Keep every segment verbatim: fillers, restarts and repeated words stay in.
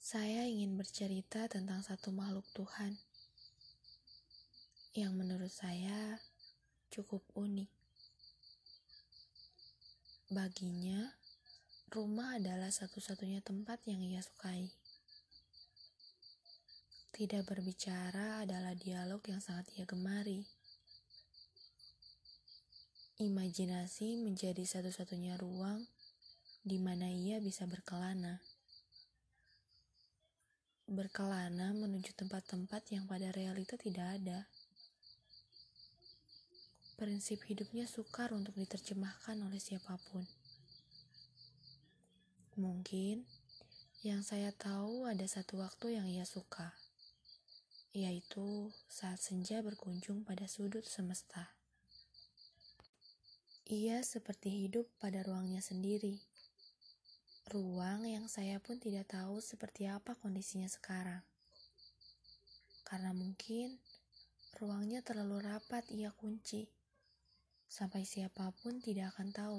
Saya ingin bercerita tentang satu makhluk Tuhan yang menurut saya cukup unik. Baginya, rumah adalah satu-satunya tempat yang ia sukai. Tidak berbicara adalah dialog yang sangat ia gemari. Imajinasi menjadi satu-satunya ruang di mana ia bisa berkelana. Berkelana menuju tempat-tempat yang pada realita tidak ada. Prinsip hidupnya sukar untuk diterjemahkan oleh siapapun. Mungkin yang saya tahu ada satu waktu yang ia suka, yaitu saat senja berkunjung pada sudut semesta. Ia seperti hidup pada ruangnya sendiri. Ruang yang saya pun tidak tahu seperti apa kondisinya sekarang. Karena mungkin ruangnya terlalu rapat ia kunci, sampai siapapun tidak akan tahu.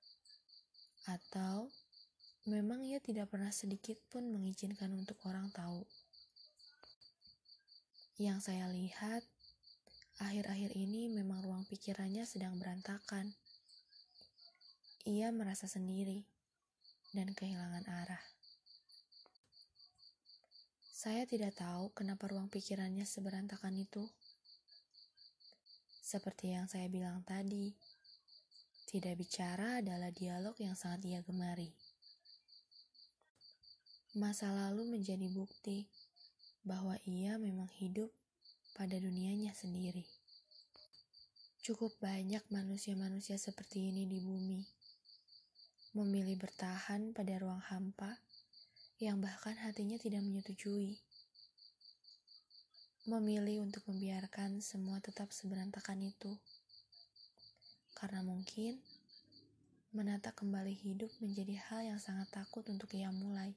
Atau memang ia tidak pernah sedikit pun mengizinkan untuk orang tahu. Yang saya lihat, akhir-akhir ini memang ruang pikirannya sedang berantakan. Ia merasa sendiri dan kehilangan arah. Saya tidak tahu kenapa ruang pikirannya seberantakan itu. Seperti yang saya bilang tadi, tidak bicara adalah dialog yang sangat ia gemari. Masa lalu menjadi bukti bahwa ia memang hidup pada dunianya sendiri. Cukup banyak manusia-manusia seperti ini di bumi, memilih bertahan pada ruang hampa yang bahkan hatinya tidak menyetujui. Memilih untuk membiarkan semua tetap seberantakan itu. Karena mungkin menata kembali hidup menjadi hal yang sangat takut untuk ia mulai.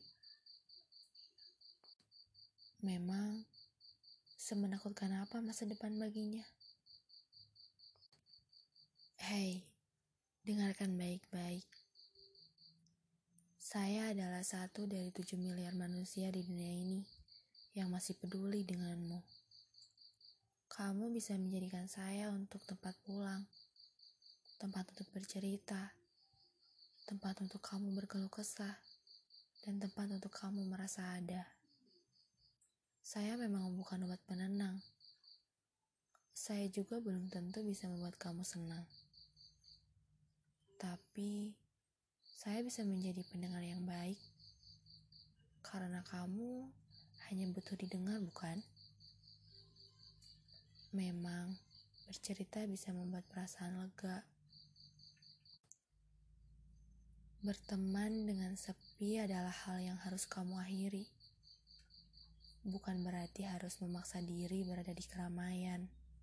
Memang, semenakutkan apa masa depan baginya? Hei, dengarkan baik-baik. Saya adalah satu dari tujuh miliar manusia di dunia ini yang masih peduli denganmu. Kamu bisa menjadikan saya untuk tempat pulang, tempat untuk bercerita, tempat untuk kamu berkeluh kesah, dan tempat untuk kamu merasa ada. Saya memang bukan obat penenang. Saya juga belum tentu bisa membuat kamu senang. Tapi, saya bisa menjadi pendengar yang baik. Karena kamu hanya butuh didengar, bukan? Memang, bercerita bisa membuat perasaan lega. Berteman dengan sepi adalah hal yang harus kamu akhiri. Bukan berarti harus memaksa diri berada di keramaian.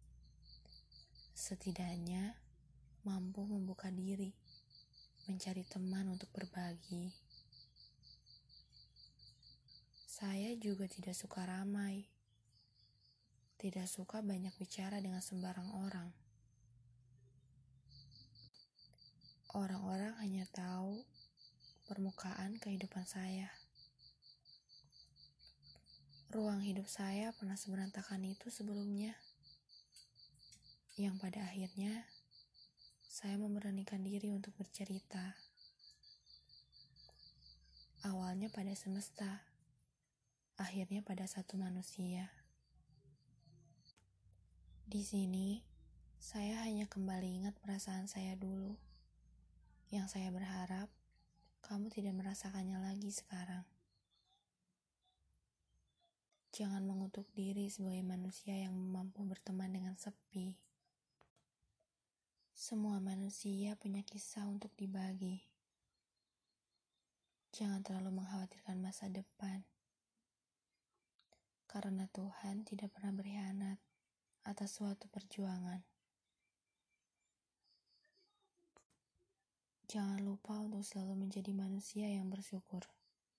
Setidaknya, mampu membuka diri, mencari teman untuk berbagi. Saya juga tidak suka ramai. Tidak suka banyak bicara dengan sembarang orang. Orang-orang hanya tahu permukaan kehidupan saya. Ruang hidup saya pernah seberantakan itu sebelumnya. Yang pada akhirnya, saya memberanikan diri untuk bercerita. Awalnya pada semesta, akhirnya pada satu manusia. Di sini, saya hanya kembali ingat perasaan saya dulu, yang saya berharap kamu tidak merasakannya lagi sekarang. Jangan mengutuk diri sebagai manusia yang mampu berteman dengan sepi. Semua manusia punya kisah untuk dibagi. Jangan terlalu mengkhawatirkan masa depan. Karena Tuhan tidak pernah berkhianat atas suatu perjuangan. Jangan lupa untuk selalu menjadi manusia yang bersyukur.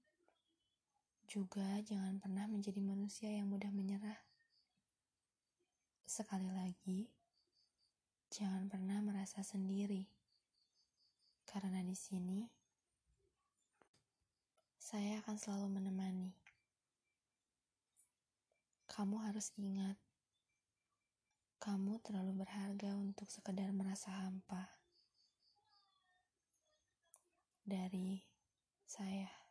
Juga jangan pernah menjadi manusia yang mudah menyerah. Sekali lagi, jangan pernah merasa sendiri. Karena di sini, saya akan selalu menemani. kamu harus ingat, kamu terlalu berharga untuk sekedar merasa hampa. Dari saya.